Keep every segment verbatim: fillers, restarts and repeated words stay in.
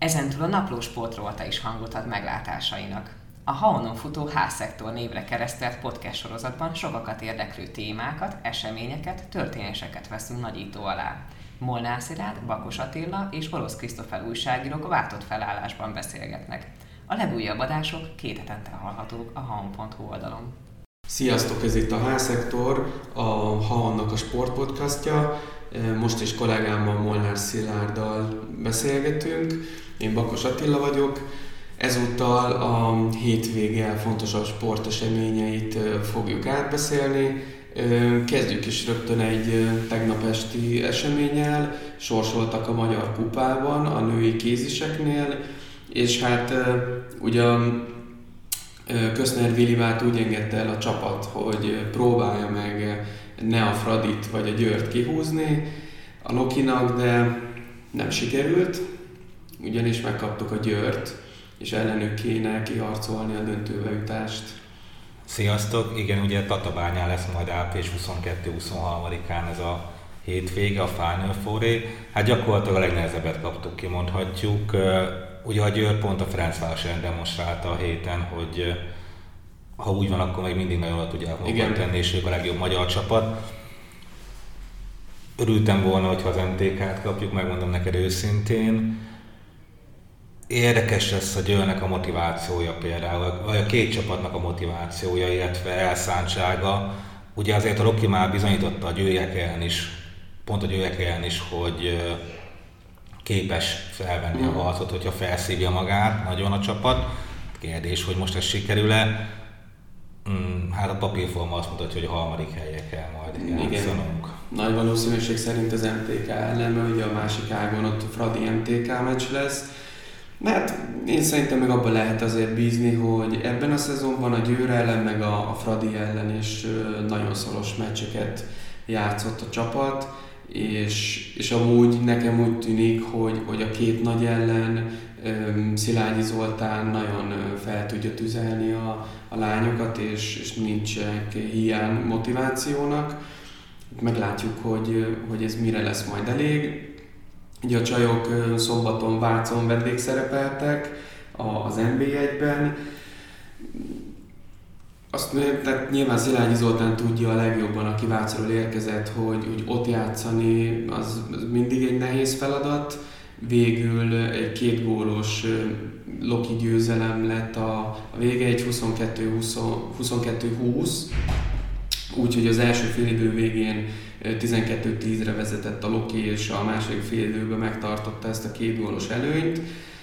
Ezentúl a Napló sportrovata is hangot ad meglátásainak. A Haonon futó H-szektor névre keresztelt podcast sorozatban sokakat érdeklő témákat, eseményeket, történéseket veszünk nagyító alá. Molnár Szilárd, Bakos Attila és Orosz Krisztófer újságírók váltott felállásban beszélgetnek. A legújabb adások két hetente hallhatók a haon pont hu oldalon. Sziasztok, ez itt a H-szektor, a Haonnak a sportpodcastja. Most is kollégámmal, Molnár Szilárddal beszélgetünk. Én Bakos Attila vagyok. Ezúttal a hétvége fontosabb sporteseményeit fogjuk átbeszélni. Kezdjük is rögtön egy tegnap esti eseménnyel. Sorsoltak a Magyar Kupában, a női kéziseknél, és hát ugye Köszner Vilivát úgy engedte el a csapat, hogy próbálja meg ne a Fradit vagy a Győrt kihúzni a Lokinak, de nem sikerült, ugyanis megkaptuk a Győrt, és ellenük kéne kiharcolni a döntőbe jutást. Sziasztok! Igen, ugye Tatabányán lesz majd április huszonkettő-huszonharmadikán ez a hétvége, a Final Four. Hát gyakorlatilag a legnehezebbet kaptuk ki, mondhatjuk. Ugye a Győr pont a Ferencváros ellen demonstrálta a héten, hogy ha úgy van, akkor még mindig nagyon oda tudják magukat tenni, és ők a legjobb magyar csapat. Örültem volna, hogyha az em té ká-t kapjuk, megmondom neked őszintén. Érdekes lesz a Győrnek a motivációja például, vagy a két csapatnak a motivációja, illetve elszántsága. Ugye azért a Loki már bizonyította a győriek ellen is, pont a győriek ellen is, hogy képes felvenni a harcot, hogyha felszívja magát nagyon a csapat. Kérdés, hogy most ez sikerül-e? Hmm, hát a papírforma azt mutatja, hogy a harmadik helyre kell majd játszanunk. Nagy valószínűség szerint az em té ká ellen, mert ugye a másik ágon ott Fradi em té ká meccs lesz. Hát én szerintem meg abban lehet azért bízni, hogy ebben a szezonban a Győr ellen, meg a, a Fradi ellen is nagyon szoros meccseket játszott a csapat, és, és amúgy nekem úgy tűnik, hogy, hogy a két nagy ellen Szilágyi Zoltán nagyon fel tudja tüzelni a, a lányokat, és, és nincs hiány motivációnak. Meglátjuk, hogy, hogy ez mire lesz majd elég. Ugye a csajok szombaton Vácon vendégszerepeltek az en bé egyben. Azt, tehát nyilván Szilágyi Zoltán tudja a legjobban, aki Vácról érkezett, hogy, hogy ott játszani az, az mindig egy nehéz feladat. Végül egy két gólos Loki győzelem lett a, a vége, egy huszonkettő húsz, úgyhogy az első félidő végén tizenkettő tízre vezetett a Loki, és a második félidőben megtartotta ezt a két gólos előnyt.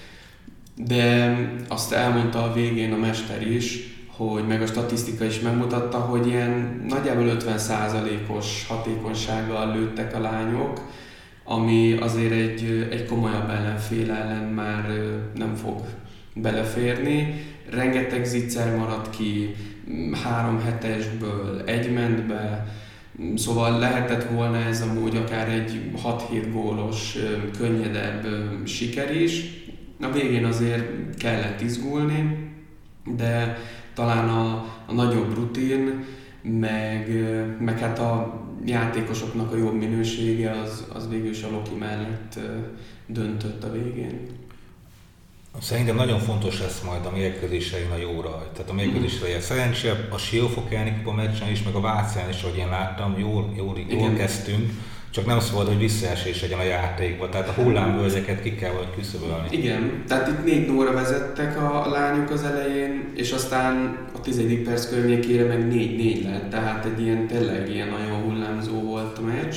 De azt elmondta a végén a mester is, hogy meg a statisztika is megmutatta, hogy ilyen nagyjából ötven százalékos hatékonysággal lőttek a lányok, ami azért egy, egy komolyabb ellenfél ellen már nem fog beleférni. Rengeteg zicser maradt ki, három hetesből egy ment be, szóval lehetett volna ez amúgy akár egy hat-hét gólos, könnyedebb siker is. A végén azért kellett izgulni, de talán a, a nagyobb rutin, meg, meg hát a játékosoknak a jobb minősége az, az végül is a Loki mellett döntött a végén. Szerintem nagyon fontos lesz majd a mérkőzésein a jó rajt. Tehát a mérkőzésre mm. szerencsére a Siófokáni kupa meccsen is, meg a Vácán is, ahogy én láttam, jól, jól, jól kezdtünk. Csak nem szabad, hogy visszaesés legyen a játékba, tehát a hullámvölgyeket ki kell valahogy küszöbölni. Igen, tehát itt négy nulla vezettek a, a lányok az elején, és aztán a tizedik perc környékére meg négy négy lett, tehát egy ilyen tényleg ilyen nagyon hullámzó volt a meccs.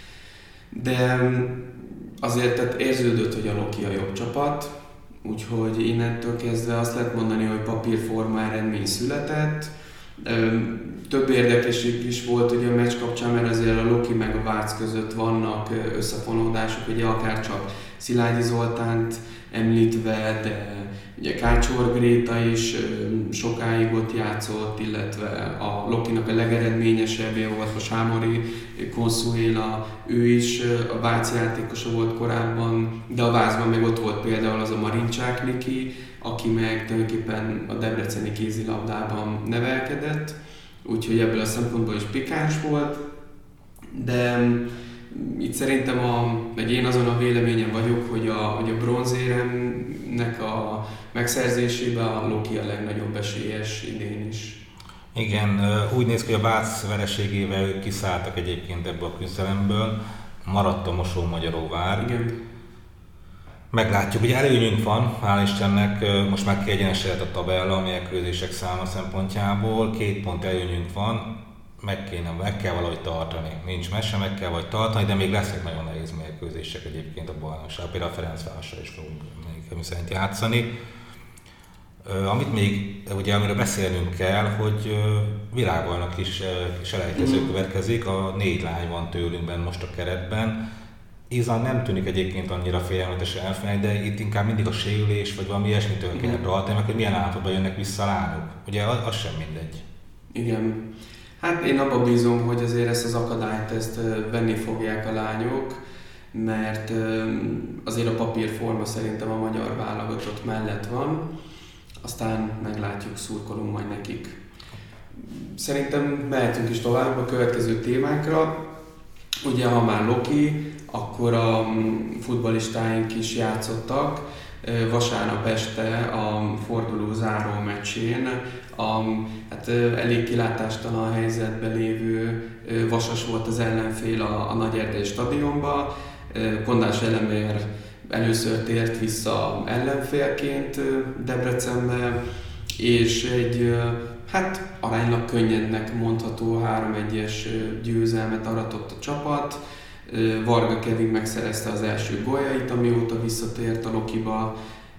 De azért tehát érződött, hogy a Loki a jobb csapat, úgyhogy innentől kezdve azt lehet mondani, hogy papírforma eredmény született. Több érdekesség is volt ugye a meccs kapcsán, mert azért a Loki meg a Vác között vannak összefonódások, ugye akár csak Szilágyi Zoltánt említve, de ugye Kácsor Gréta is sokáig ott játszott, illetve a Lokinak a legeredményesebbje volt a Sámori Consuela, ő is a Vác játékosa volt korábban, de a Vácban meg ott volt például az a Marincsák Niki, aki meg tulajdonképpen a debreceni kézilabdában nevelkedett, úgyhogy ebből a szempontból is pikáns volt, de itt szerintem, a, meg én azon a véleményen vagyok, hogy a, hogy a bronzéremnek a megszerzésében a Loki a legnagyobb esélyes idén is. Igen, úgy néz ki, hogy a Vác vereségével ők kiszálltak egyébként ebből a küzdelemből, maradt a Mosón-Magyaróvár. Igen. Meglátjuk, hogy előnyünk van, hál' Istennek, most már kiegyenesedett a tabella a mérkőzések száma szempontjából, két pont előnyünk van, meg, kéne, meg kell valahogy tartani, nincs mese, meg kell valahogy tartani, de még lesznek nagyon nehéz mérkőzések egyébként a bajnokság, például a Ferencvárossal is fogunk még szerint játszani. Amit még, ugye amiről beszélnünk kell, hogy világbajnok is selejtező következik, a négy lány van tőlünk benne most a keretben. Izan nem tűnik egyébként annyira félelmetes elfelejt, de itt inkább mindig a sérülés, vagy valami ilyesmitől kell tartani, meg hogy milyen állapotban jönnek vissza a lányok. Ugye az, az sem mindegy. Igen. Hát én abban bízom, hogy azért ezt az akadályt ezt venni fogják a lányok, mert azért a papírforma szerintem a magyar válogatott mellett van, aztán meglátjuk, szurkolunk majd nekik. Szerintem mehetünk is tovább a következő témákra. Ugye, ha már Loki, akkor a futballistáink is játszottak. Vasárnap este a forduló záró meccsén a hát, elég kilátástalan helyzetben lévő Vasas volt az ellenfél a, a Nagyerdei stadionban. Kondás Elemér először tért vissza ellenfélként Debrecenbe, és egy hát aránylag könnyednek mondható három egyes győzelmet aratott a csapat. Varga Kevin megszerezte az első góljait, amióta visszatért a Lokiba.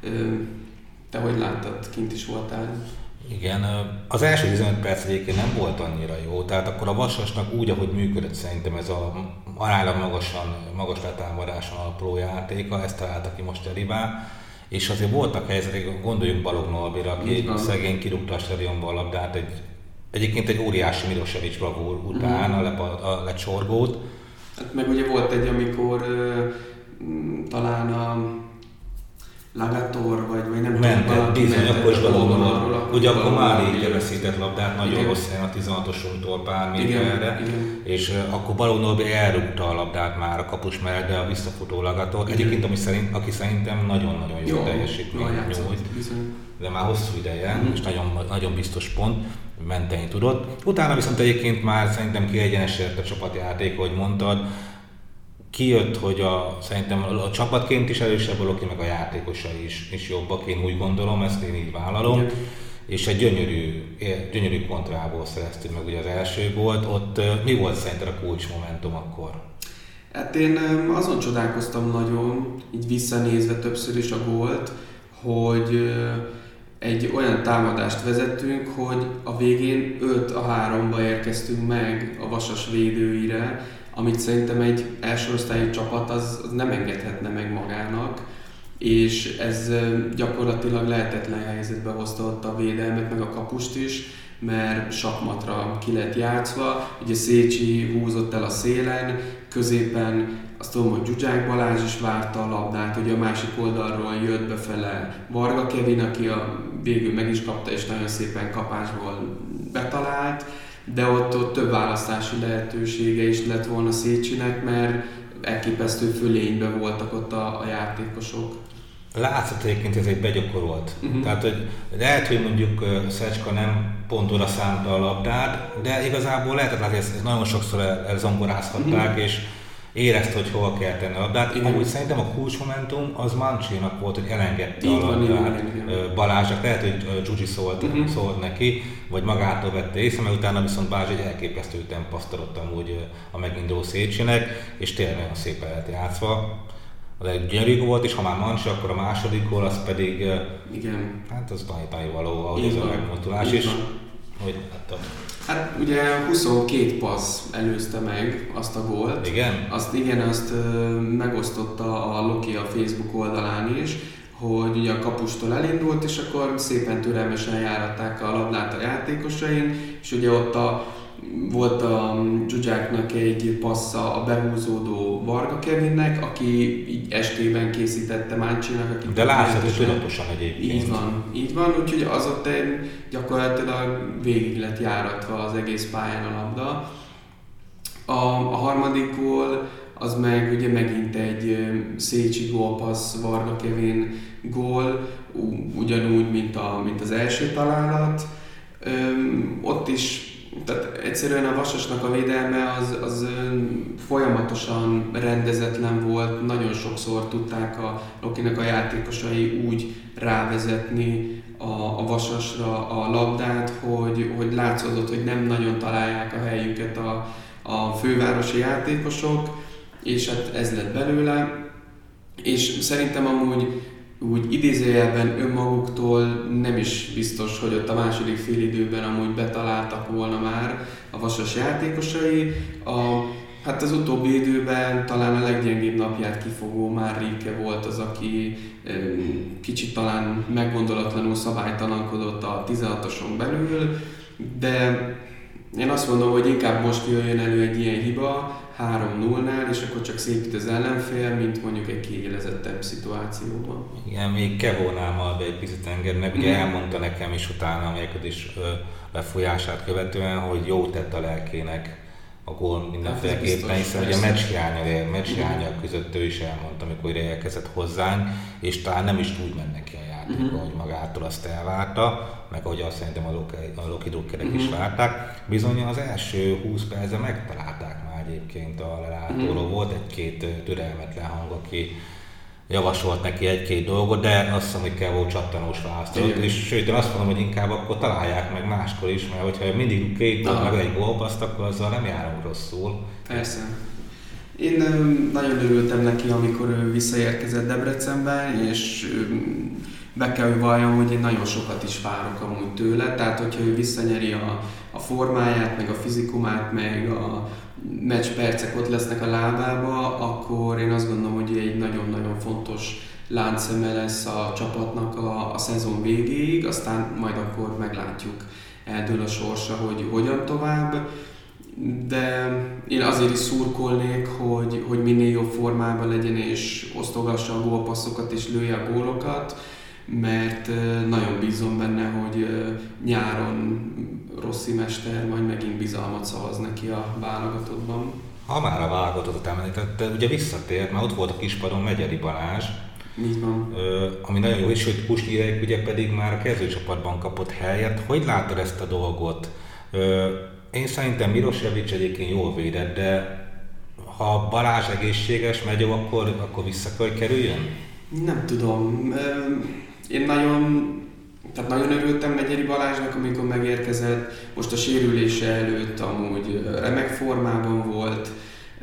Te hogy láttad? Kint is voltál? Igen, az első tizenöt perc egyébként nem volt annyira jó, tehát akkor a Vasasnak úgy, ahogy működött szerintem ez a aránylag magasan, magas letámadáson alapuló játéka, ezt találta ki most Eribá, és azért voltak helyzetek, gondoljunk Balogh Norbira, aki szegény kirúgta a stadionba a labdát, egy, egyébként egy óriási Milosevic bravúr után uh-huh. a, a lecsorgót. Hát meg ugye volt egy, amikor uh, talán a Lagator, vagy, vagy nem tudom, valaki bizony, akkor is valóban. Ugye akkor már így igen. veszített labdát, nagyon igen. rossz helyen a tizenhatosunktól bármi erre, igen. és uh, akkor Balogh Norbi elrúgta a labdát már a kapus mellett, de a visszafutó Lagator, egyébként ami szerint, aki szerintem nagyon-nagyon jó, jó teljesítményt nyújt, de már hosszú ideje, mm. és nagyon, nagyon biztos pont, menteni tudott. Utána viszont egyébként már szerintem kiegyenesedett a csapatjáték, ahogy mondtad, kijött, hogy a, szerintem a csapatként is erősebb a Loki, meg a játékosai is, is jobbak, én úgy gondolom, ezt én így vállalom. Igen. És egy gyönyörű, gyönyörű kontrából szereztük meg ugye az első gólt. Ott mi volt szerinted a kulcsmomentum akkor? Hát én azon csodálkoztam nagyon, így visszanézve többször is a gólt, hogy egy olyan támadást vezettünk, hogy a végén öt a háromba érkeztünk meg a Vasas védőire, amit szerintem egy elsőosztályú csapat az, az nem engedhetne meg magának, és ez gyakorlatilag lehetetlen helyzetbe hozta ott a védelmet, meg a kapust is, mert sakmatra ki lett játszva. Ugye Szécsi húzott el a szélen, középen azt tudom, hogy Zsuzsák Balázs is várta a labdát, ugye a másik oldalról jött befele Varga Kevin, aki a végül meg is kapta, és nagyon szépen kapásból betalált, de ott, ott több választási lehetősége is lett volna Szécsinek, mert elképesztő fölényben voltak ott a, a játékosok. Látszott egyébként, ez egy begyakorolt. Uh-huh. Tehát, hogy lehet, hogy mondjuk Szecska nem pont oda szánta a labdát, de igazából lehetett látni, hogy ezt nagyon sokszor elzongorázhatták, uh-huh. és érezte, hogy hol kell tenni a labdát. Igen. Amúgy szerintem a kulcsmomentum az Mancsinak volt, hogy elengedte így a labdát Balázsnak. Lehet, hogy Zsuzsi szólt, uh-huh. szólt neki, vagy magától vette észre, mert utána viszont Balázs egy elképesztő tempaszt adott amúgy a meginduló Szécsinek, és tényleg nagyon szépen lett játszva. Az egy gyönyörű volt, és ha már Mancsi, akkor a második gól, az pedig, igen. hát az tanítani való, ahogy ez a megmozdulás is. Hogy láttad? Hát ugye huszonkét passz előzte meg azt a gólt. Igen? Azt, igen, azt ö, megosztotta a Loki a Facebook oldalán is, hogy ugye a kapustól elindult, és akkor szépen türelmesen járatták a labdát a játékosain, és ugye ott a volt a Zsuzsáknak egy passza a behúzódó Varga Kevinnek, aki így estében készítette Máncsinak. De látszott, hogy tudatosan egyébként. Így van, így van, úgyhogy az ott egy gyakorlatilag végig lett járatva az egész pályán a labda. A, a harmadik gól az meg ugye megint egy Szécsi gólpassz, Varga Kevin gól, ugyanúgy, mint, a, mint az első találat. Öm, ott is, tehát egyszerűen a Vasasnak a védelme az, az folyamatosan rendezetlen volt, nagyon sokszor tudták a Lokinak a játékosai úgy rávezetni a, a Vasasra a labdát, hogy, hogy látszódott, hogy nem nagyon találják a helyüket a, a fővárosi játékosok, és hát ez lett belőle, és szerintem amúgy úgy idézőjelben önmaguktól nem is biztos, hogy ott a második félidőben amúgy betaláltak volna már a Vasas játékosai. A, hát az utóbbi időben talán a leggyengébb napját kifogó már Rieke volt az, aki kicsit talán meggondolatlanul szabálytalankodott a tizenhatoson belül, de én azt mondom, hogy inkább most jöjjön elő egy ilyen hiba három nullnál, és akkor csak szépít az ellenfél, mint mondjuk egy kiélezettebb szituációban. Igen, még Kevónál be egy picit engednek, ugye elmondta nekem is utána a mérkőzés lefolyását követően, hogy jó tett a lelkének a gól mindenféleképpen, hiszen ugye a meccshiánya között ő is elmondta, amikor érkezett hozzánk, és talán nem is úgy mennek ki a játékba, uh-huh. hogy magától azt elvárta, meg ahogy azt szerintem a Loki, a Loki drukkerek uh-huh. is várták. Bizony az első húsz percben megtalálták már egyébként a lelátóról, uh-huh. volt egy-két türelmetlen hang, aki javasolt neki egy-két dolgot, de azt hiszem, hogy kell volt csattanós választott, és sőt, én azt mondom, hogy inkább akkor találják meg máskor is, mert hogyha mindig két gól, meg egy gólpaszt, akkor azzal nem járunk rosszul. Persze. Én nagyon örültem neki, amikor ő visszaérkezett Debrecenbe, és be kell, hogy valljam, hogy én nagyon sokat is várok amúgy tőle, tehát hogyha ő visszanyeri a, a formáját, meg a fizikumát, meg a meccspercek ott lesznek a lábába, akkor én azt gondolom, hogy egy nagyon-nagyon fontos láncszeme lesz a csapatnak a, a szezon végéig, aztán majd akkor meglátjuk, eldől a sorsa, hogy hogyan tovább. De én azért is szurkolnék, hogy, hogy minél jobb formában legyen és osztogassa a gólpasszokat és lője a gólokat, mert nagyon bízom benne, hogy nyáron Rossi mester majd megint bizalmat szavaz neki a válogatottban. Ha már a válogatottat említette, ugye visszatért, mert ott volt a kispadon Megyeri Balázs, így van. Ami nagyon jó, és hogy Pusnyirek ugye pedig már a kezdőcsapatban kapott helyet. Hogy látod ezt a dolgot? Én szerintem Milosevic egyébként jól védett, de ha Balázs egészséges, megy jó, akkor, akkor vissza kell kerüljön? Nem tudom. Én nagyon, tehát nagyon örültem Megyeri Balázsnak, amikor megérkezett. Most a sérülése előtt amúgy remek formában volt.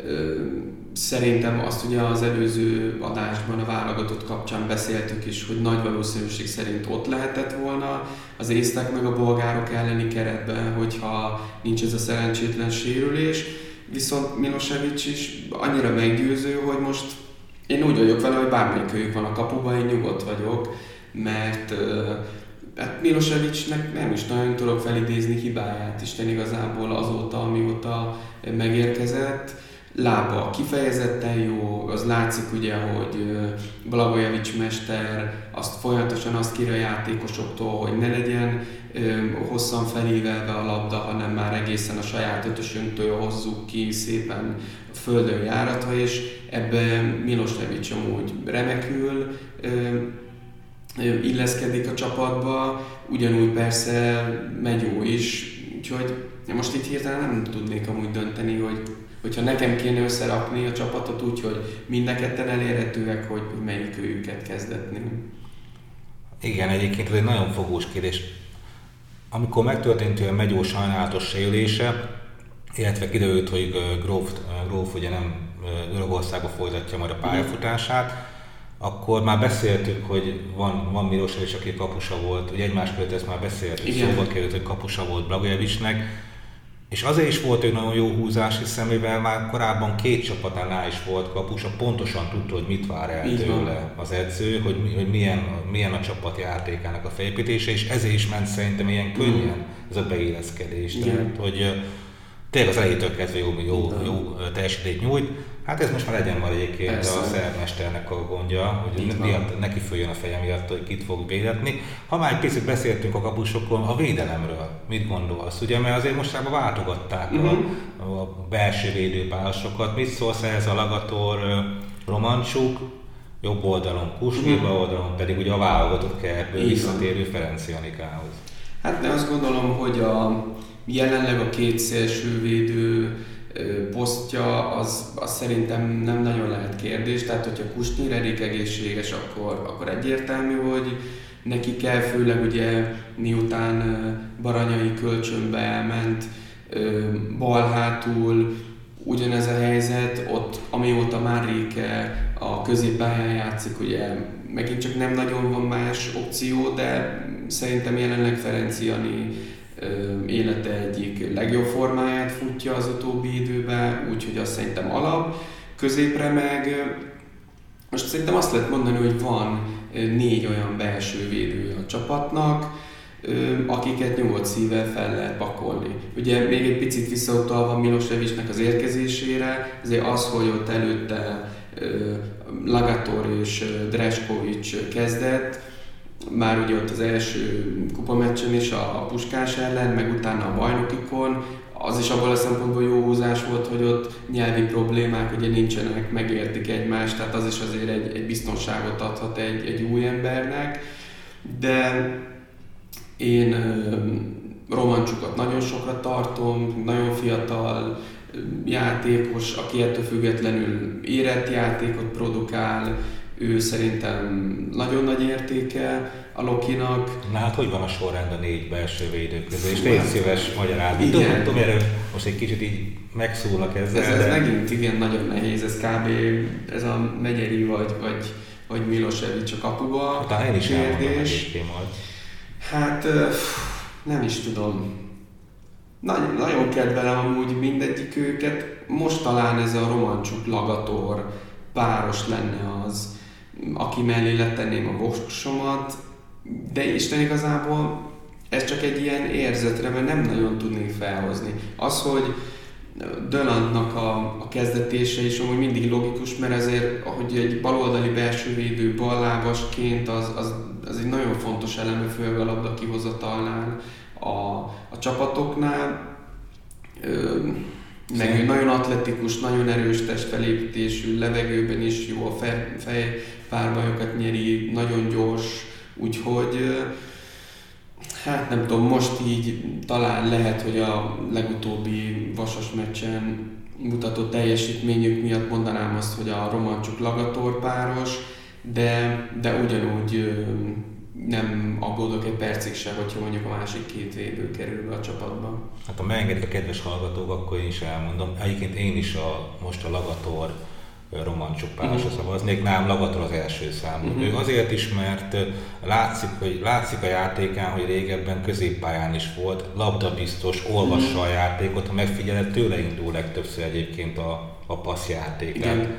Szerintem azt ugye az előző adásban a válogatott kapcsán beszéltük is, hogy nagy valószínűség szerint ott lehetett volna az észtek meg a bolgárok elleni keretben, hogyha nincs ez a szerencsétlen sérülés. Viszont Milosevic is annyira meggyőző, hogy most én úgy vagyok vele, hogy bármelyik őjük van a kapuban, én nyugodt vagyok, mert hát Milosevicnek nem is nagyon tudok felidézni hibáját Isten igazából azóta, amióta megérkezett. Lába kifejezetten jó, az látszik ugye, hogy Blagojevic mester azt folyamatosan azt kér a játékosoktól, hogy ne legyen hosszan felévelve a labda, hanem már egészen a saját ötösünktől hozzuk ki szépen a földön járatva, és ebben Milosevic amúgy remekül illeszkedik a csapatba, ugyanúgy persze Megyó is, úgyhogy most itt hirtelen nem tudnék amúgy dönteni, hogy hogyha nekem kéne összerakni a csapatot úgy, hogy mind a ketten elérhetőek, hogy melyik őjüket kezdetni. Igen, egyébként ez egy nagyon fogós kérdés. Amikor megtörtént a Megyó sajnálatos sérülése, illetve kiderült, hogy Gróf, Gróf ugye nem Görögországba folytatja majd a pályafutását, akkor már beszéltük, hogy van, van Milosevic, aki kapusa volt, ugye egymás között ezt már beszéltük, szóba került, hogy kapusa volt Blagojevicnek, és azért is volt egy nagyon jó húzás, hiszen mivel már korábban két csapatánál is volt kapusa, pontosan tudta, hogy mit vár el tőle az edző, hogy, hogy milyen, milyen a csapat játékának a felépítése, és ezért is ment szerintem ilyen könnyen ez a beilleszkedés. Tehát, hogy tényleg az elejétől kezdve jó, jó, jó teljesítményt nyújt. Hát ez most már legyen marékén, de a szervmesternek a gondja, hogy miatt, neki följön a feje miatt, hogy kit fog védetni. Ha már egy picit beszéltünk a kapusokon, a védelemről mit gondolsz? Ugye, mert azért mostában váltogatták uh-huh. a, a belső védőpárosokat. Mit szólsz ehhez a Lagator, Romancsuk, jobb oldalon Kusnyi, uh-huh. bal oldalon pedig ugye a válogatott keretből visszatérő Ferenc Janikához? Hát de azt gondolom, hogy a, jelenleg a két szélsővédő posztja, az, az szerintem nem nagyon lehet kérdés, tehát hogyha Kusnyi Redik egészséges, akkor, akkor egyértelmű, hogy neki kell, főleg ugye miután Baranyai kölcsönbe elment, bal hátul ugyanez a helyzet, ott amióta Márike a középpályán játszik, ugye megint csak nem nagyon van más opció, de szerintem jelenleg Ferenc Jani élete egyik legjobb formáját futja az utóbbi időben, úgyhogy azt szerintem alap. Középre meg most szerintem azt lehet mondani, hogy van négy olyan belső védője a csapatnak, akiket nyugodt szívvel fel lehet pakolni. Ugye még egy picit visszautalva Milosevicnek az érkezésére, azért az, hogy ott előtte Lagator és Dreskovic kezdett, már ugye ott az első kupameccsen is a Puskás ellen, meg utána a bajnokikon, az is abban a szempontból jó húzás volt, hogy ott nyelvi problémák ugye nincsenek, megértik egymást, tehát az is azért egy, egy biztonságot adhat egy, egy új embernek, de én Romancsukot nagyon sokra tartom, nagyon fiatal játékos, aki ettől függetlenül érett játékot produkál, ő szerintem nagyon nagy értéke a Lokinak. Na hát hogy van a sorrend a négy belső védő közé? És légy szíves magyarázni. Tudom, tudom, erről most egy kicsit így megszólnak ezzel. Ez, ez de... megint igen nagyon nehéz, ez kb. Ez a Megyeri vagy, vagy, vagy Milosevic a kapuba. Utána én is elmondom egyébként majd. Hát nem is tudom. Nagy, nagyon kedvelem amúgy mindegyik őket. Most talán ez a Romancsuk Lagator páros lenne az, aki mellé letenném a voksomat, de Isten igazából ez csak egy ilyen érzetre, mert nem nagyon tudnék felhozni. Az, hogy Dönantnak a, a kezdetése is amúgy mindig logikus, mert azért, ahogy egy baloldali belsővédő ballábasként, az, az, az egy nagyon fontos eleme, főleg a labda kihozatalnál a, a csapatoknál. Ö, meg ő nagyon atletikus, nagyon erős testfelépítésű, levegőben is jó, a fej, fejpárbajokat nyeri, nagyon gyors, úgyhogy hát nem tudom, most így talán lehet, hogy a legutóbbi Vasas meccsen mutatott teljesítményük miatt mondanám azt, hogy a Romancsuk Lagator páros, de, de ugyanúgy nem aggódok egy percig se, hogyha mondjuk a másik két védő kerül be a csapatba. Hát ha megengedik a kedves hallgatók, akkor én is elmondom. Egyébként én is a, most a Lagator Romancsuk párosra uh-huh. szavaznék, nálam Lagator az első számú. Uh-huh. Ő azért is, mert látszik, hogy látszik a játékán, hogy régebben középpályán is volt, labdabiztos, olvassa uh-huh. a játékot, ha megfigyeled, tőle indul legtöbbször egyébként a, a passzjátékát.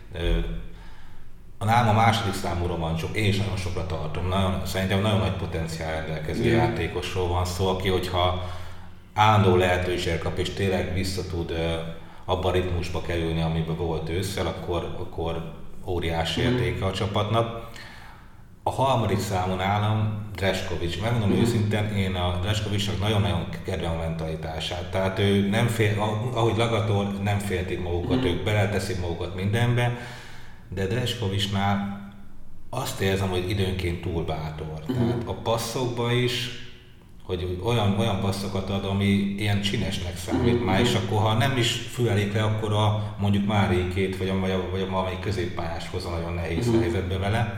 A nálam a második számú Romancsuk, én is nagyon sokra tartom, nagyon, szerintem nagyon nagy potenciál rendelkező yeah. játékosról van szó, aki hogyha állandó lehetőséget kap és tényleg vissza tud abba a ritmusba kerülni, amiben volt ősszel, akkor, akkor óriási mm. értéke a csapatnak. A harmadik számú nálam Dreskovic. Megmondom mm. őszintén, én a Dreskovicnak nagyon-nagyon kedvem a mentalitását. Tehát ő nem fél, ahogy Lagator, nem féltik magukat, mm. ők beleteszik magukat mindenbe, de Dreskovicnál azt érzem, hogy időnként túl bátor. Uh-huh. Tehát a passzokban is, hogy olyan, olyan passzokat ad, ami ilyen csinesnek számít uh-huh. már, és akkor ha nem is fülelik le, akkor a, mondjuk Márékét, vagy a, vagy a, vagy a valamelyik középpályás hozza nagyon nehéz uh-huh. helyzetbe vele.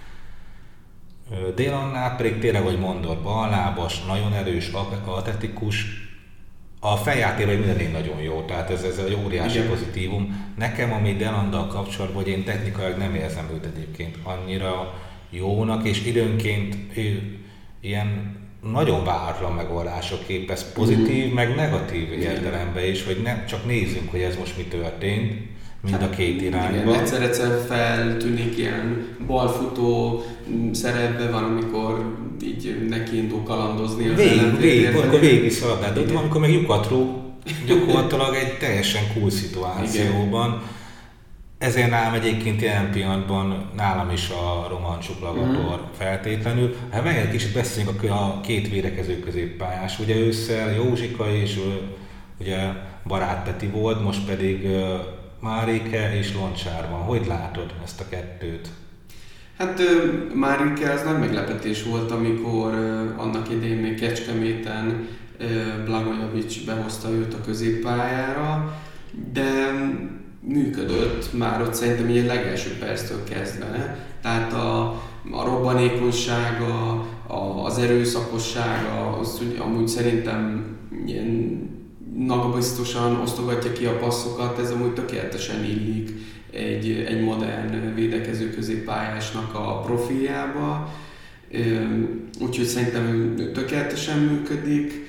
Délannál pedig tényleg, hogy mondod, ballábas, nagyon erős, atletikus, a feljátékban mindenén nagyon jó, tehát ez, ez egy óriási igen. pozitívum. Nekem, ami Delanddal kapcsolatban, hogy én technikailag nem érzem őt egyébként annyira jónak, és időnként ő ilyen nagyon váratlan megoldások képez, pozitív, mm. meg negatív értelemben is, hogy nem csak nézzünk, hogy ez most mi történt, mind a két irányba. Egyszer-egyszer feltűnik ilyen balfutó szerepben van, amikor így nekiindul kalandozni az ellenfél. Végig, akkor végig szalad, de ott van, amikor meg lyukat rúg, gyakorlatilag egy teljesen cool szituációban. Igen. ezért nálam egyébként ilyen pillanatban nálam is a Roman Csuklagator mm. feltétlenül. Hát meg egy kicsit beszéljünk a két védekező középpályás. Ugye ősszel Józsika és ugye Barát Peti volt, most pedig Márike és Loncsár van. Hogy látod ezt a kettőt? Hát Márike az nagy meglepetés volt, amikor annak idején még Kecskeméten Blagojevic behozta őt a középpályára, de működött már ott szerintem ilyen legelső perctől kezdve. Tehát a, a robbanékonysága, a, az erőszakossága, az úgy, amúgy szerintem ilyen magabiztosan osztogatja ki a passzokat, ez amúgy tökéletesen illik egy, egy modern védekező középpályásnak a profiljába. Úgyhogy szerintem tökéletesen működik.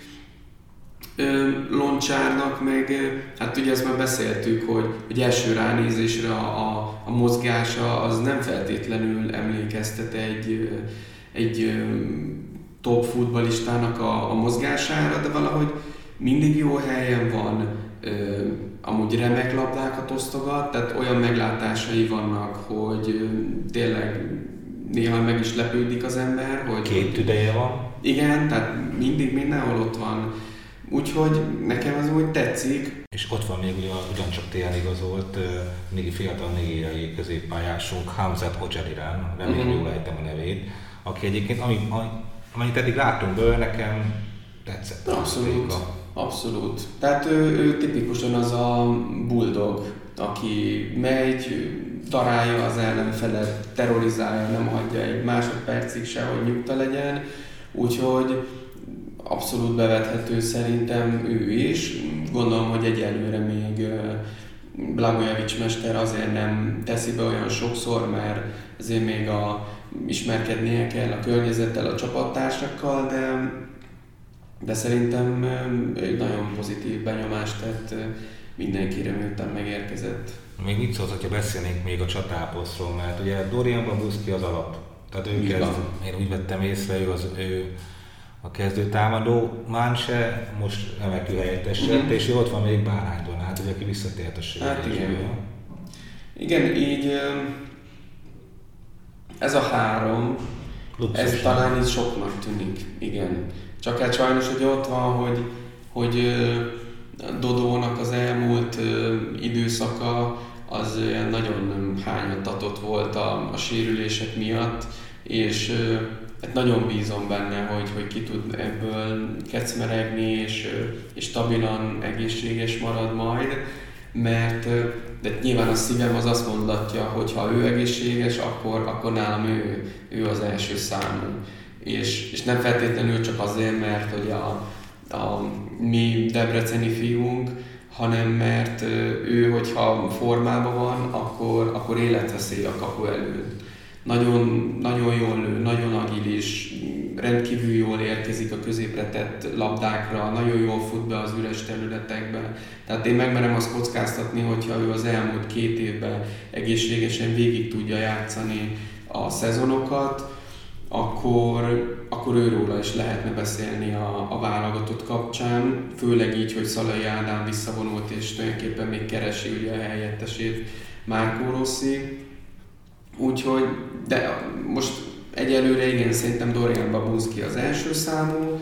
Loncsárnak meg, hát ugye ezt már beszéltük, hogy, hogy első ránézésre a, a, a mozgása az nem feltétlenül emlékeztet egy, egy top futballistának a, a mozgására, de valahogy mindig jó helyen van, amúgy remek labdákat osztogat, tehát olyan meglátásai vannak, hogy tényleg néha meg is lepődik az ember, hogy... Két tüdeje van. Igen, tehát mindig mindenhol ott van. Úgyhogy nekem az úgy tetszik. És ott van még ugye, ugyancsak télen igazolt még fiatal nigériai középpályásunk, Hamzat Hodzsadirán, remélem mm-hmm. jól ejtem a nevét, aki egyébként, ami, amennyit eddig láttunk belőle, nekem tetszett. Abszolút, abszolút. Tehát ő, ő tipikusan az a bulldog, aki megy, darálja az ellenfelet, terrorizálja, nem hagyja egy másodpercig se, hogy nyugta legyen. Úgyhogy abszolút bevethető szerintem ő is. Gondolom, hogy egyelőre még Blagojevic mester azért nem teszi be olyan sokszor, mert azért még a, ismerkednie kell a környezettel, a csapattársakkal, de, de szerintem egy nagyon pozitív benyomást tett mindenkire, miután megérkezett. Még mit szólsz, hogyha beszélnénk még a csatáposzról, mert ugye Dorian Babuszki az alap. Tehát ő kezd, én úgy vettem észre, ő az ő a kezdőtámadó, Mánse most remekül helyettesett, mm. és ott van még Bárány Donát, ugye, aki visszatért a sérülésből. Hát igen. Igen, így ez a három, luxus, ez talán így soknak tűnik, igen. Csak hát sajnos, hogy ott van, hogy, hogy Dodónak az elmúlt időszaka az nagyon hányattatott volt a, a sérülések miatt, és hát nagyon bízom benne, hogy, hogy ki tud ebből kecmeregni, és, és stabilan egészséges marad majd, mert de nyilván a szívem az azt mondatja, hogy ha ő egészséges, akkor, akkor nálam ő, ő az első számú. És, és nem feltétlenül csak azért, mert hogy a, a mi debreceni fiúnk, hanem mert ő, hogyha formában van, akkor, akkor életveszély a kapu előtt. Nagyon, nagyon jól lő, nagyon agilis, rendkívül jól érkezik a középre tett labdákra, nagyon jól fut be az üres területekbe. Tehát én megmerem azt kockáztatni, hogyha ő az elmúlt két évben egészségesen végig tudja játszani a szezonokat, akkor, akkor őróla is lehetne beszélni a, a válogatott kapcsán, főleg így, hogy Szalai Ádám visszavonult és tulajdonképpen még keresi ugye a helyettesét Márkó Rossi. Úgyhogy, de most egyelőre igen, szerintem Dorian Babuszki az első számú,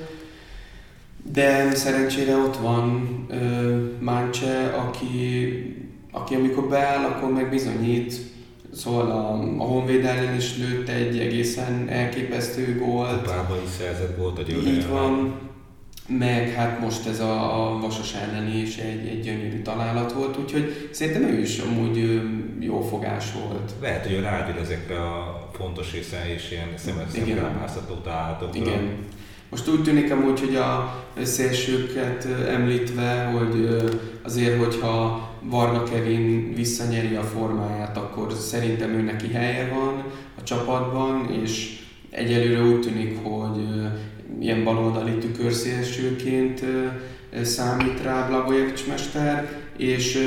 de szerencsére ott van uh, Mánche, aki, aki amikor beáll, akkor meg bizonyít. Szóval a, a Honvéd ellen is lőtt egy egészen elképesztő gólt. Kupában is szerzett gólt a Győrrel. Így van. Meg hát most ez a, a Vasas ellen is egy, egy gyönyörű találat volt, úgyhogy szerintem ő is amúgy jó fogás volt. Lehet, hogy ő rágyűl ezekre a fontos része és ilyen szemrehányáztató találatokra. Igen. Most úgy tűnik amúgy, hogy a szélsőket említve, hogy azért, hogyha Varga Kevin visszanyeri a formáját, akkor szerintem ő neki helye van a csapatban, és egyelőre úgy tűnik, hogy ilyen baloldali tükörszélsőként számít rá Blagojevic mester, és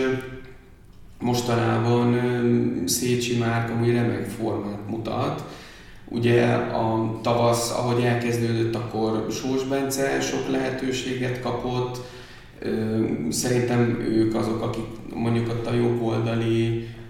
mostanában Szécsi Márk amúgy remek formát mutat. Ugye a tavasz, ahogy elkezdődött, akkor Sós Bence sok lehetőséget kapott. Szerintem ők azok, akik mondjuk ott a jobb oldali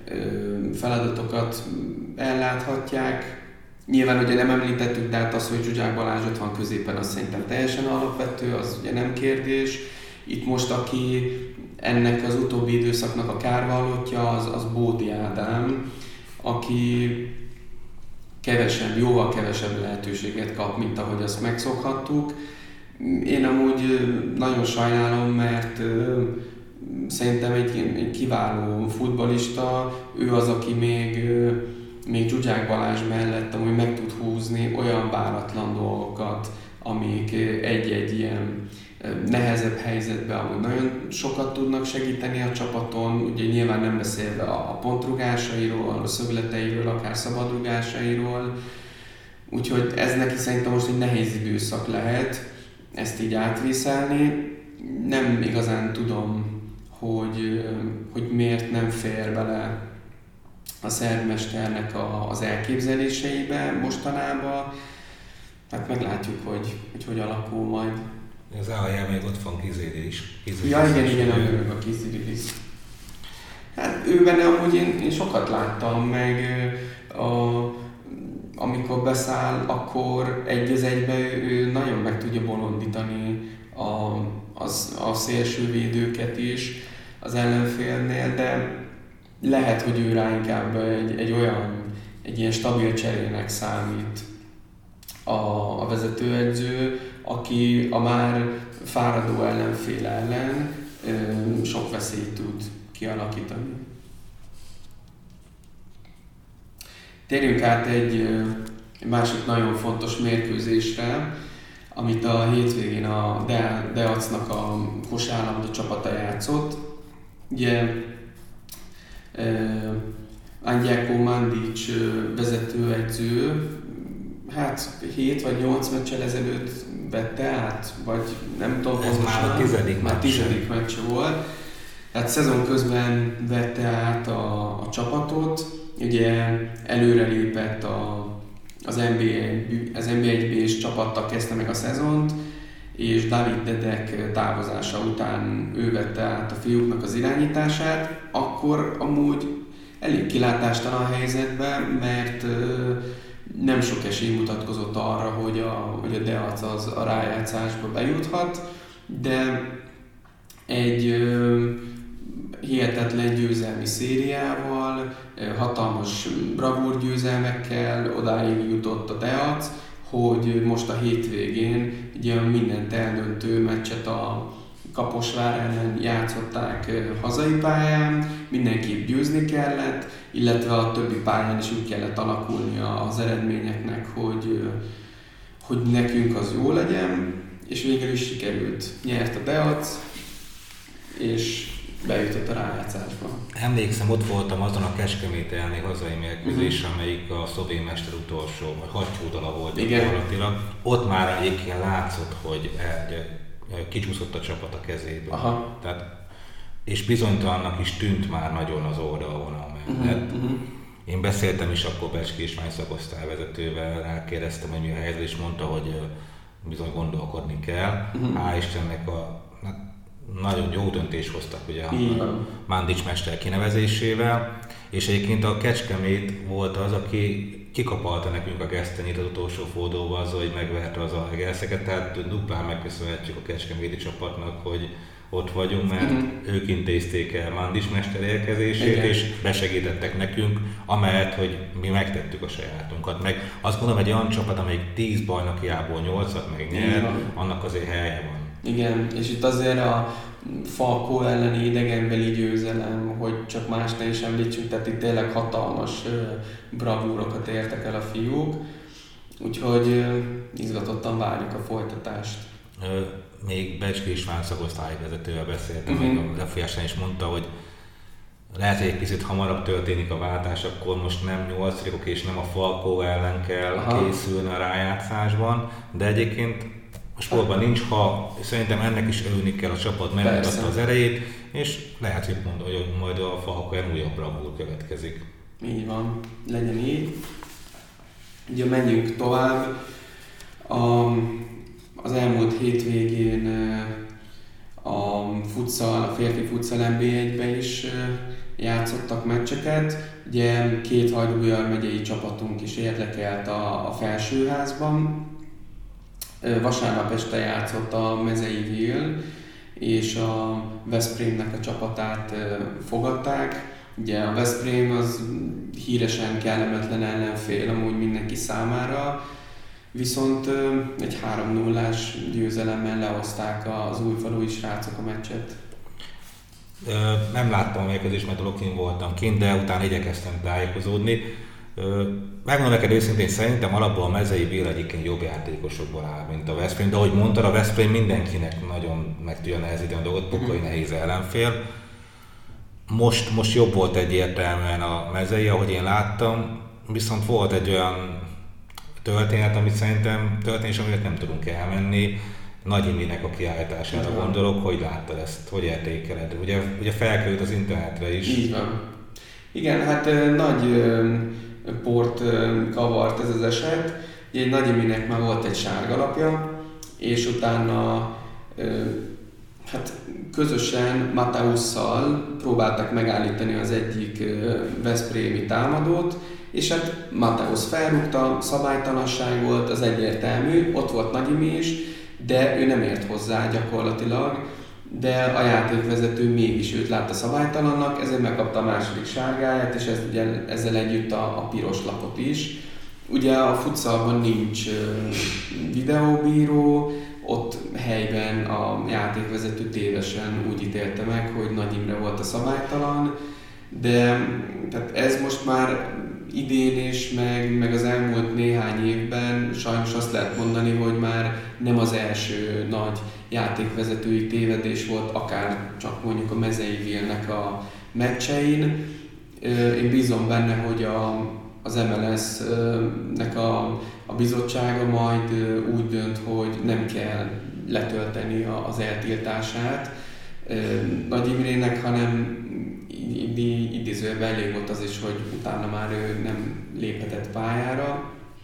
feladatokat elláthatják. Nyilván ugye nem említettük, de hát az, hogy Zsuzsák Balázs ott van középen, az szerintem teljesen alapvető, az ugye nem kérdés. Itt most, aki ennek az utóbbi időszaknak a kárvallottja, az, az Bódi Ádám, aki kevesebb, jóval kevesebb lehetőséget kap, mint ahogy azt megszokhattuk. Én amúgy nagyon sajnálom, mert szerintem egy, egy kiváló futballista, ő az, aki még, még Zsuzsák Balázs mellett amúgy meg tud húzni olyan váratlan dolgokat, amik egy-egy ilyen nehezebb helyzetben amúgy nagyon sokat tudnak segíteni a csapaton, ugye nyilván nem beszélve a pontrugásairól, a szögleteiről, akár szabadrugásairól, úgyhogy ez neki szerintem most egy nehéz időszak lehet ezt így átvészelni. Nem igazán tudom, hogy, hogy miért nem fér bele a szerbmesternek a, az elképzeléseibe mostanában. Hát meglátjuk, hogy hogy, hogy alakul majd. Az alján még ott van Kizidis. Ja, igen, igen, a görög, a Kizidis. Hát ő benne amúgy én, én sokat láttam, meg a, amikor beszáll, akkor egy az egyben ő, ő nagyon meg tudja bolondítani a, az, a szélsővédőket is az ellenfélnél, de lehet, hogy ő rá inkább egy, egy olyan, egy ilyen stabil cserének számít a, a vezetőedző, aki a már fáradó ellenfél ellen ö, sok veszélyt tud kialakítani. Térjünk át egy, egy másik nagyon fontos mérkőzésre, amit a hétvégén a Deacnak a kosárlabda csapata játszott. Ugye Angyelko Mandic vezetőedző, hát hét vagy nyolc meccsel ezelőtt vette át, vagy nem tudom ez pontosan. már a tizedik már tizedik meccs volt. Tehát szezon közben vette át a, a csapatot, ugye előrelépett a, az en bé egy, az en bé egy bé-s csapattal kezdte meg a szezont, és David Dedek távozása után ő vette át a fiúknak az irányítását, akkor amúgy elég kilátástalan a helyzetben, mert nem sok esély mutatkozott arra, hogy a, hogy a Deac az a rájátszásba bejuthat, de egy ö, hihetetlen győzelmi szériával, hatalmas bravúr győzelmekkel odáig jutott a Deac, hogy most a hétvégén egy olyan mindent eldöntő meccset a Kaposvár ellen játszották hazai pályán, mindenképp győzni kellett, illetve a többi pályán is úgy kellett alakulnia az eredményeknek, hogy, hogy nekünk az jó legyen, és végül is sikerült. Nyert a Deac, és bejutott a rájátszásba. Emlékszem, ott voltam azon a Kecskemét elleni hazai mérkőzésen, uh-huh. amelyik a szlovén mester utolsó, vagy hattyúdala volt gyakorlatilag. Ott már egyébként látszott, hogy kicsúszott a csapat a kezéből. Aha. Tehát, és bizonytalannak is tűnt már nagyon az oldalvonal mellett. Uh-huh. Én beszéltem is akkor Becskés Mány szakosztályvezetővel, rákérdeztem, hogy mi a helyzet, és mondta, hogy bizony gondolkodni kell. Uh-huh. Hál' Istennek a nagyon jó döntést hoztak ugye a Mandic mester kinevezésével, és egyébként a Kecskemét volt az, aki kikapalta nekünk a gesztenyét az utolsó fordulóban azzal, hogy megverte az Zalaegerszeket, tehát duplán megköszönhetjük a kecskeméti csapatnak, hogy ott vagyunk, mert uh-huh. ők intézték el Mandic mester érkezését, igen. és besegítettek nekünk, amellett, hogy mi megtettük a sajátunkat. Meg azt mondom, egy olyan csapat, amelyik tíz bajnokiából nyolcat megnyer, annak azért helye van. Igen, és itt azért a Falkó elleni idegenbeli győzelem, hogy csak más ne is említsünk, tehát itt tényleg hatalmas bravúrokat értek el a fiúk, úgyhogy izgatottan várjuk a folytatást. Még Becskés István szakosztályvezetővel beszéltem, uh-huh. még a lefolyásán is mondta, hogy lehet, hogy egy picit hamarabb történik a váltás, akkor most nem nyolcadikok és nem a Falkó ellen kell Aha. készülni a rájátszásban, de egyébként a sportban nincs, ha szerintem ennek is örülni kell, a csapat megmutatta az erejét, és lehet, hogy mondom, hogy majd a Falkó újabb bravúr következik. Így van, legyen így. Ugye menjünk tovább. A, az elmúlt hétvégén a futsal, a férfi futsal en bé egybe is játszottak meccseket. Ugye két Hajdú-Bihar megyei csapatunk is érdekelt a, a felsőházban. Vasárnap este játszott a Mezei Ville, és a Veszprémnek a csapatát fogadták. Ugye a Veszprém az híresen kellemetlen ellenfél amúgy mindenki számára, viszont egy három nullás győzelemmel lehozták az újfalui srácok a meccset. Nem láttam a mérkőzést, mert Lokin voltam kint, de utána igyekeztem tájékozódni. Megmondom neked őszintén, szerintem alapból a Mezei Ville egyébként jobb játékosokból áll, mint a Veszprém, de ahogy mondtad, a Veszprém mindenkinek nagyon meg tudja nehezíteni a dolgot, pokolai nehéz ellenfél. Most, most jobb volt egyértelműen a Mezei, ahogy én láttam, viszont volt egy olyan történet, amit szerintem történés, amiért nem tudunk elmenni. Nagy Iminek a kiállítására gondolok, hogy láttad ezt, hogy értékeled? Ugye, ugye felkerült az internetre is. Így van. Igen, hát nagy port kavart ez az eset. Ugye Nagy Iminek már volt egy sárgalapja, és utána hát közösen Mateusszal próbáltak megállítani az egyik veszprémi támadót, és hát Mateusz felrúgta, szabálytalanság volt, az egyértelmű, ott volt Nagy Imi is, de ő nem ért hozzá gyakorlatilag, de a játékvezető mégis őt látta szabálytalannak, ezért megkapta a második sárgáját, és ez, ugye, ezzel együtt a, a piros lapot is. Ugye a futszalban nincs videóbíró, ott helyben a játékvezető tévesen úgy ítélte meg, hogy Nagy Imre volt a szabálytalan, de tehát ez most már idén is, meg, meg az elmúlt néhány évben sajnos azt lehet mondani, hogy már nem az első nagy játékvezetői tévedés volt, akár csak mondjuk a Mezei Ville-nek a meccsein. Én bízom benne, hogy a, az em el es-nek a, a bizottsága majd úgy dönt, hogy nem kell letölteni az eltiltását Nagy Imrének, hanem idézőjelben elég volt az is, hogy utána már ő nem léphetett pályára.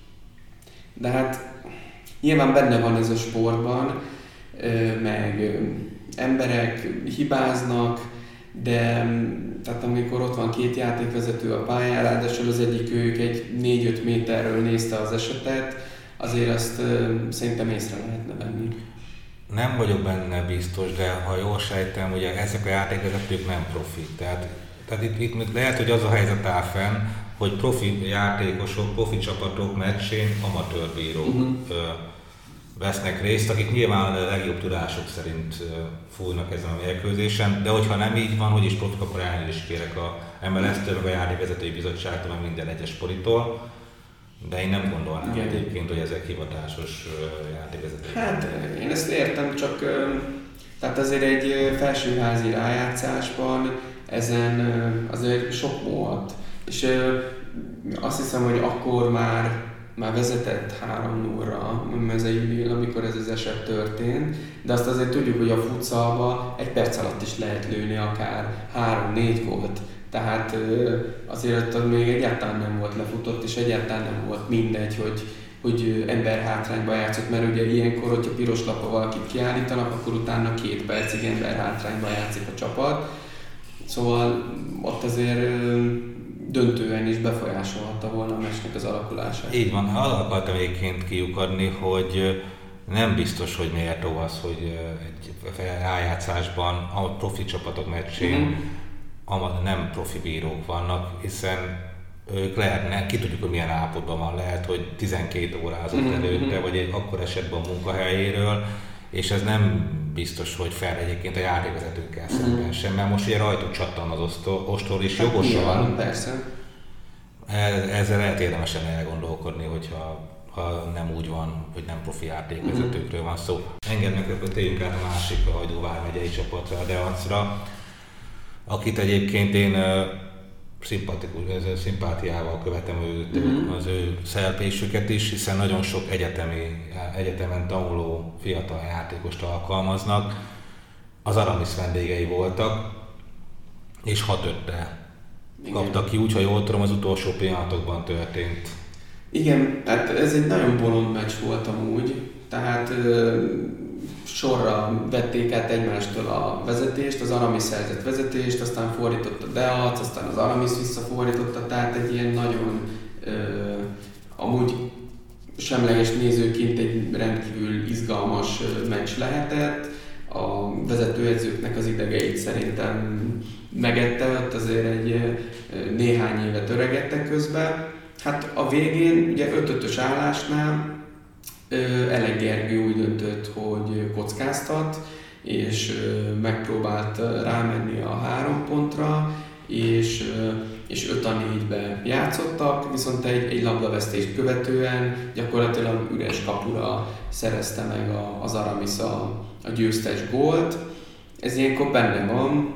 De hát nyilván benne van ez a sportban, meg emberek hibáznak, de tehát amikor ott van két játékvezető a pályán, ráadásul az egyik ők egy négy-öt méterről nézte az esetet, azért azt szerintem észre lehetne venni. Nem vagyok benne biztos, de ha jól sejtem, ugye ezek a játékvezetők nem profi. Tehát, tehát itt, itt lehet, hogy az a helyzet áll fenn, hogy profi játékosok, profi csapatok meccsén amatőrbírók uh-huh. vesznek részt, akik nyilván a legjobb tudások szerint fújnak ezen a mérkőzésen, de hogyha nem így van, hogy is profik, akkor elnézést kérek a em el es-től, meg a játékvezetői bizottságtól, meg minden egyes sportól. De én nem gondolnám igen. egyébként, hogy ezek hivatásos játékvezetők. Hát én ezt értem, csak tehát azért egy felsőházi rájátszásban ezen azért sok múlhat. És azt hiszem, hogy akkor már, már vezetett három nullra a Mezei Ville, amikor ez az eset történt, de azt azért tudjuk, hogy a futszalba egy perc alatt is lehet lőni akár három-négy gólt. Tehát azért ott még egyáltalán nem volt lefutott, és egyáltalán nem volt mindegy, hogy, hogy ember hátrányba játszott, mert ugye ilyenkor, hogyha piros lapra valakit kiállítanak, akkor utána két percig ember hátrányba játszik a csapat. Szóval ott azért döntően is befolyásolhatta volna a meccsnek az alakulását. Így van, arra akartam egyébként kiukadni, hogy nem biztos, hogy méltó az, hogy egy rájátszásban a profi csapatok meccsén mm. nem profi bírók vannak, hiszen ők lehetnek, ki tudjuk, hogy milyen állapotban van, lehet, hogy tizenkét órázott mm-hmm. előtte, vagy egy akkor esetben a munkahelyéről, és ez nem biztos, hogy fel egyébként a játékvezetőkkel mm-hmm. szemben sem, mert most ugye rajtuk csattan az ostor is, hát jogosan. Persze. Ezzel lehet érdemesen elgondolkodni, hogyha ha nem úgy van, hogy nem profi játékvezetőkről mm-hmm. van szó. Engedd meg, akkor térjünk át a másik, a Hajdú-Vár megyei csapatra, a Deacra, akit egyébként én szimpatikus, szimpátiával követem őt, mm-hmm. az ő szereplésüket is, hiszen nagyon sok egyetemi, egyetemen tanuló fiatal játékost alkalmaznak. Az Aramis vendégei voltak, és hat öttel kaptak ki, úgy, ha jól tudom, az utolsó pillanatokban történt. Igen, hát ez egy nagyon bolond meccs volt amúgy, tehát sorra vették át egymástól a vezetést, az Aramis szerzett vezetést, aztán fordított a Deac, aztán az Aramis visszafordította, tehát egy ilyen nagyon ö, amúgy semleges nézőként egy rendkívül izgalmas meccs lehetett. A vezetőedzőknek az idegeit szerintem megette, ott azért egy néhány évet öregedtek közben. Hát a végén, ugye öt-ötös állásnál Elek Gergő úgy döntött, hogy kockáztat, és megpróbált rámenni a három pontra, és, és öt a négybe játszottak, viszont egy, egy labdavesztést követően gyakorlatilag üres kapura szerezte meg az Aramis a, a győztes gólt. Ez ilyenkor benne van.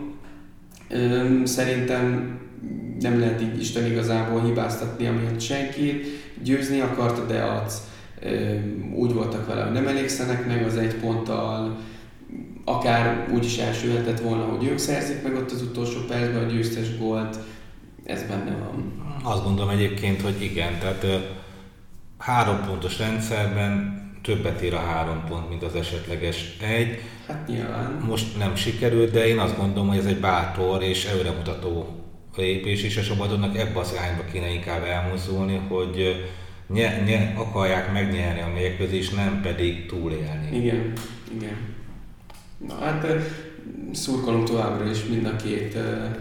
Szerintem nem lehet így Isten igazából hibáztatni, amiatt senkit. Győzni akarta, de az úgy voltak vele, hogy nem elégszenek meg az egy ponttal, akár úgy is elsülhetett volna, hogy ők szerzik meg ott az utolsó percben a győztes gólt, ez benne van. Azt gondolom egyébként, hogy igen, tehát három pontos rendszerben többet ér a három pont, mint az esetleges egy. Hát nyilván. Most nem sikerült, de én azt gondolom, hogy ez egy bátor és előremutató lépés, és a Szabadonnak ebbe az irányba kéne inkább elmozdulni, hogy nye, nye, akarják megnyerni a mérkőzést, nem pedig túlélni. Igen, igen. Na hát szurkolunk továbbra is mind a két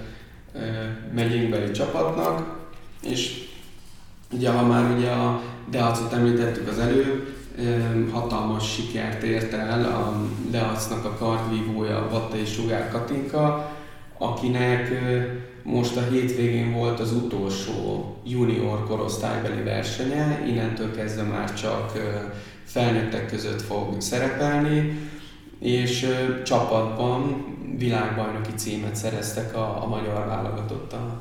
megyénkbeli csapatnak, és ugye ha már ugye a Deacot említettük az előbb, hatalmas sikert ért el a Deacnak a kardvívója, Vattai Sugár Katinka, akinek most a hétvégén volt az utolsó junior korosztálybeli versenye, innentől kezdve már csak felnőttek között fog szerepelni, és csapatban világbajnoki címet szereztek a, a magyar válogatottal.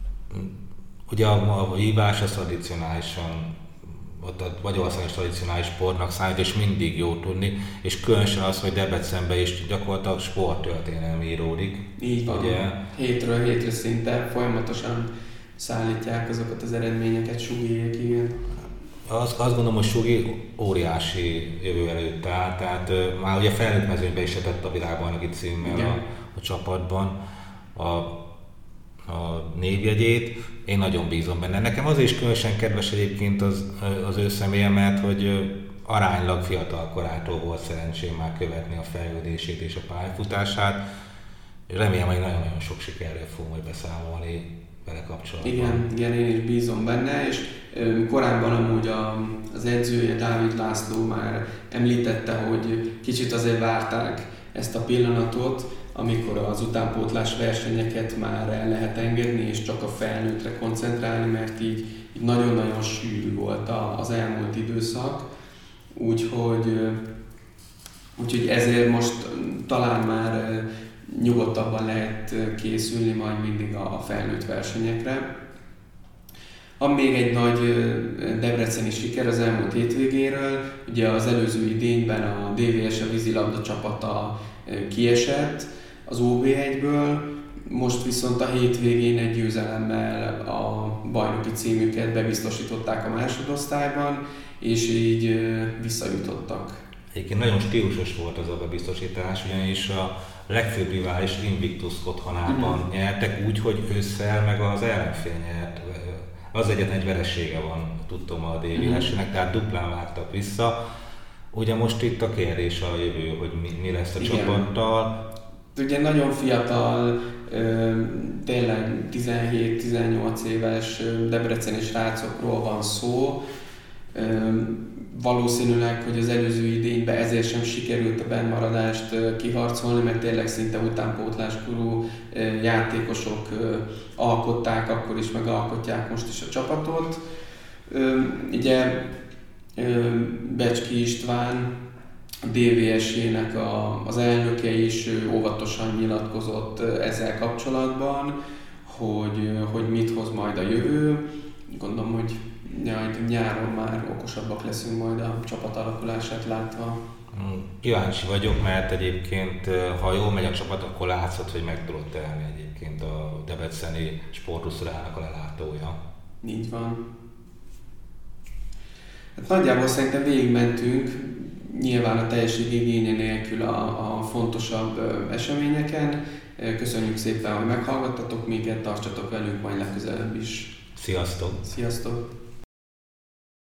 Ugye a, a hívás az tradicionálisan, a magyarországi tradicionális sportnak számít, és mindig jó tudni, és különösen az, hogy Debrecenben is gyakorlatilag sporttörténelem íródik. Így van, ugye? hétről hétre szinte folyamatosan szállítják azokat az eredményeket Sugiék, igen. Azt, azt gondolom, hogy Sugi óriási jövő előtt áll, tehát uh, már ugye felnőtt mezőnyben is tett a világbajnoki címmel a, a csapatban a, a névjegyét. Én nagyon bízom benne. Nekem az is különösen kedves egyébként az, az ő személye, mert hogy aránylag fiatal korától volt szerencsém már követni a fejlődését és a pályafutását. Remélem, hogy nagyon-nagyon sok sikerrel fog majd beszámolni vele kapcsolatban. Igen, igen, én is bízom benne, és korábban amúgy a, az edzője, Dávid László már említette, hogy kicsit azért várták ezt a pillanatot, amikor az utánpótlás versenyeket már el lehet engedni, és csak a felnőttre koncentrálni, mert így, így nagyon-nagyon sűrű volt az elmúlt időszak. Úgyhogy, úgyhogy ezért most talán már nyugodtabban lehet készülni majd mindig a felnőtt versenyekre. Van még egy nagy debreceni siker az elmúlt hétvégéről. Ugye az előző idényben a dé vé es a vízilabda csapata kiesett az o bé egyből, most viszont a hétvégén egy győzelemmel a bajnoki címüket bebiztosították a másodosztályban, és így visszajutottak. Egyébként nagyon stílusos volt az a bebiztosítás, ugyanis a legfőbb rivális Invictus otthonában mm-hmm. nyertek úgy, hogy ősszel meg az ellenfél nyert. Az egyetlen egy veresége van, tudtom, a dé vé es-nek, mm-hmm. tehát duplán vágtak vissza. Ugye most itt a kérdés a jövő, hogy mi, mi lesz a Igen. csapattal. Ugye nagyon fiatal, tényleg tizenhét-tizennyolc éves debreceni srácokról van szó. Valószínűleg, hogy az előző idényben ezért sem sikerült a bennmaradást kiharcolni, mert tényleg szinte utánpótláskorú játékosok alkották, akkor is megalkotják most is a csapatot. Ugye Becski István, a dé vé es-ének az elnöke is óvatosan nyilatkozott ezzel kapcsolatban, hogy, hogy mit hoz majd a jövő. Gondolom, hogy nyáron már okosabbak leszünk majd a csapat alakulását látva. Kíváncsi vagyok, mert egyébként, ha jól megy a csapat, akkor látszott, hogy meg tudott telni egyébként a debreceni sportuszorának a lelátója. Így van. Hát nagyjából szerintem végigmentünk nyilván a teljesség igénye nélkül a, a fontosabb eseményeken. Köszönjük szépen, hogy meghallgattatok minket, tartsatok velünk majd legközelebb is. Sziasztok! Sziasztok!